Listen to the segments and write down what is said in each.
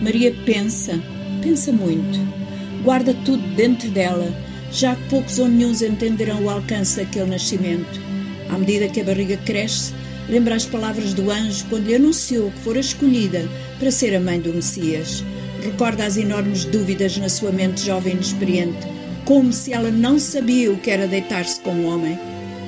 Maria pensa muito. Guarda tudo dentro dela, já que poucos ou nenhuns entenderão o alcance daquele nascimento. À medida que a barriga cresce, lembra as palavras do anjo quando lhe anunciou que fora escolhida para ser a mãe do Messias. Recorda as enormes dúvidas na sua mente jovem e inexperiente, como se ela não sabia o que era deitar-se com um homem.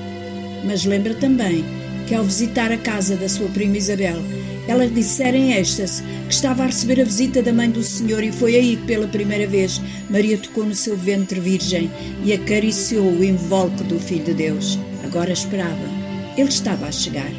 Mas lembra também que ao visitar a casa da sua prima Isabel, ela dissera em êxtase que estava a receber a visita da mãe do Senhor, e foi aí que pela primeira vez Maria tocou no seu ventre virgem e acariciou o invólucro do Filho de Deus. Agora esperava. Ele estava a chegar.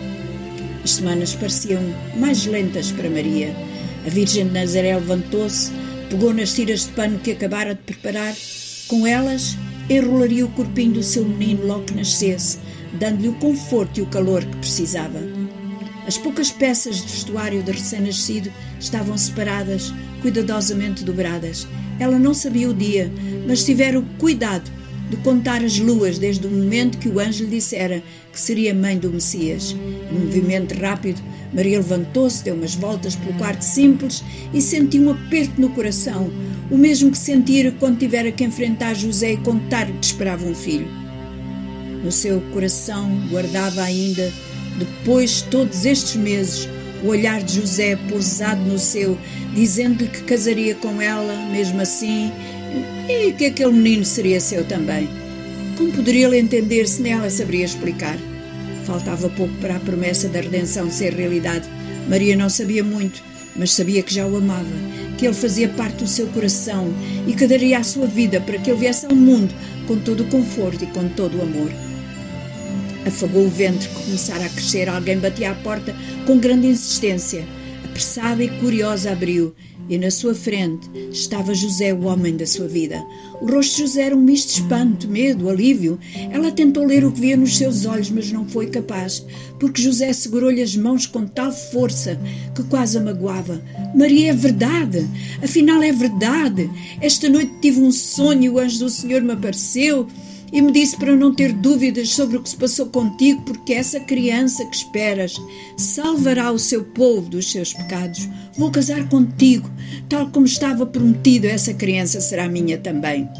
As semanas pareciam mais lentas para Maria. A Virgem de Nazaré levantou-se, pegou nas tiras de pano que acabara de preparar. Com elas, enrolaria o corpinho do seu menino logo que nascesse, dando-lhe o conforto e o calor que precisava. As poucas peças de vestuário de recém-nascido estavam separadas, cuidadosamente dobradas. Ela não sabia o dia, mas tivera o cuidado de contar as luas desde o momento que o anjo lhe dissera que seria mãe do Messias. Num movimento rápido, Maria levantou-se, deu umas voltas pelo quarto simples e sentiu um aperto no coração, o mesmo que sentira quando tivera que enfrentar José e contar-lhe que esperava um filho. No seu coração guardava ainda, depois de todos estes meses, o olhar de José pousado no seu, dizendo-lhe que casaria com ela, mesmo assim, e que aquele menino seria seu também. Como poderia ele entender se nem ela saberia explicar? Faltava pouco para a promessa da redenção ser realidade. Maria não sabia muito, mas sabia que já o amava, que ele fazia parte do seu coração e que daria a sua vida para que ele viesse ao mundo com todo o conforto e com todo o amor. Afagou o ventre que começara a crescer. Alguém batia à porta com grande insistência. Apressada e curiosa abriu, e na sua frente estava José, o homem da sua vida. O rosto de José era um misto de espanto, medo, alívio. Ela tentou ler o que via nos seus olhos, mas não foi capaz, porque José segurou-lhe as mãos com tal força que quase a magoava. Maria, é verdade! Afinal é verdade! Esta noite tive um sonho e o anjo do Senhor me apareceu e me disse para não ter dúvidas sobre o que se passou contigo, porque essa criança que esperas salvará o seu povo dos seus pecados. Vou casar contigo, tal como estava prometido, essa criança será minha também.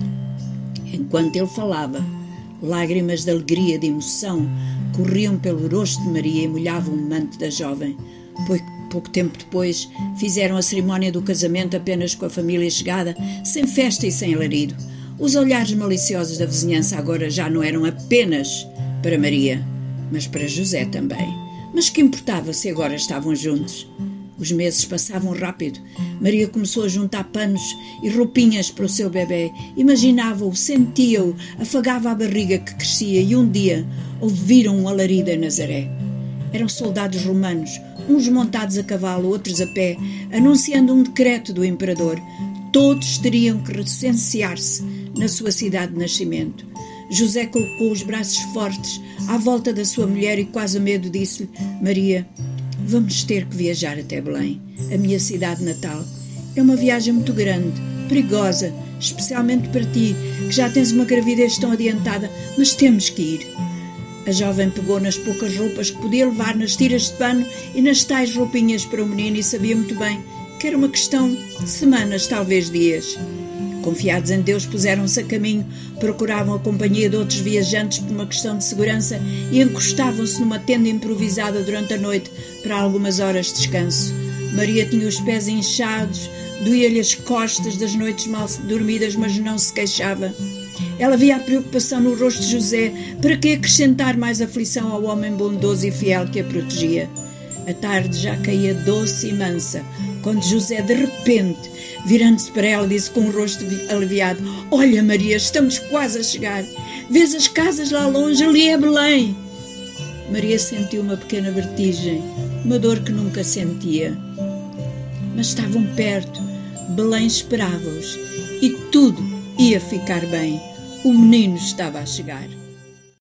Enquanto ele falava, lágrimas de alegria e de emoção corriam pelo rosto de Maria e molhavam o manto da jovem. Pouco tempo depois, fizeram a cerimónia do casamento apenas com a família chegada, sem festa e sem alarido. Os olhares maliciosos da vizinhança agora já não eram apenas para Maria, mas para José também. Mas que importava se agora estavam juntos? Os meses passavam rápido. Maria começou a juntar panos e roupinhas para o seu bebê. Imaginava-o, sentia-o, afagava a barriga que crescia e um dia ouviram um alarido em Nazaré. Eram soldados romanos, uns montados a cavalo, outros a pé, anunciando um decreto do imperador. Todos teriam que recensear-se na sua cidade de nascimento. José colocou os braços fortes à volta da sua mulher e quase a medo disse-lhe: Maria, vamos ter que viajar até Belém, a minha cidade natal. É uma viagem muito grande, perigosa, especialmente para ti, que já tens uma gravidez tão adiantada, mas temos que ir. A jovem pegou nas poucas roupas que podia levar, nas tiras de pano e nas tais roupinhas para o menino, e sabia muito bem que era uma questão de semanas, talvez dias. Confiados em Deus, puseram-se a caminho, procuravam a companhia de outros viajantes por uma questão de segurança e encostavam-se numa tenda improvisada durante a noite para algumas horas de descanso. Maria tinha os pés inchados, doía-lhe as costas das noites mal dormidas, mas não se queixava. Ela via a preocupação no rosto de José. Para que acrescentar mais aflição ao homem bondoso e fiel que a protegia? A tarde já caía doce e mansa, quando José, de repente, virando-se para ela, disse com o rosto aliviado: Olha, Maria, estamos quase a chegar. Vês as casas lá longe? Ali é Belém. Maria sentiu uma pequena vertigem, uma dor que nunca sentia. Mas estavam perto. Belém esperava-os e tudo ia ficar bem. O menino estava a chegar.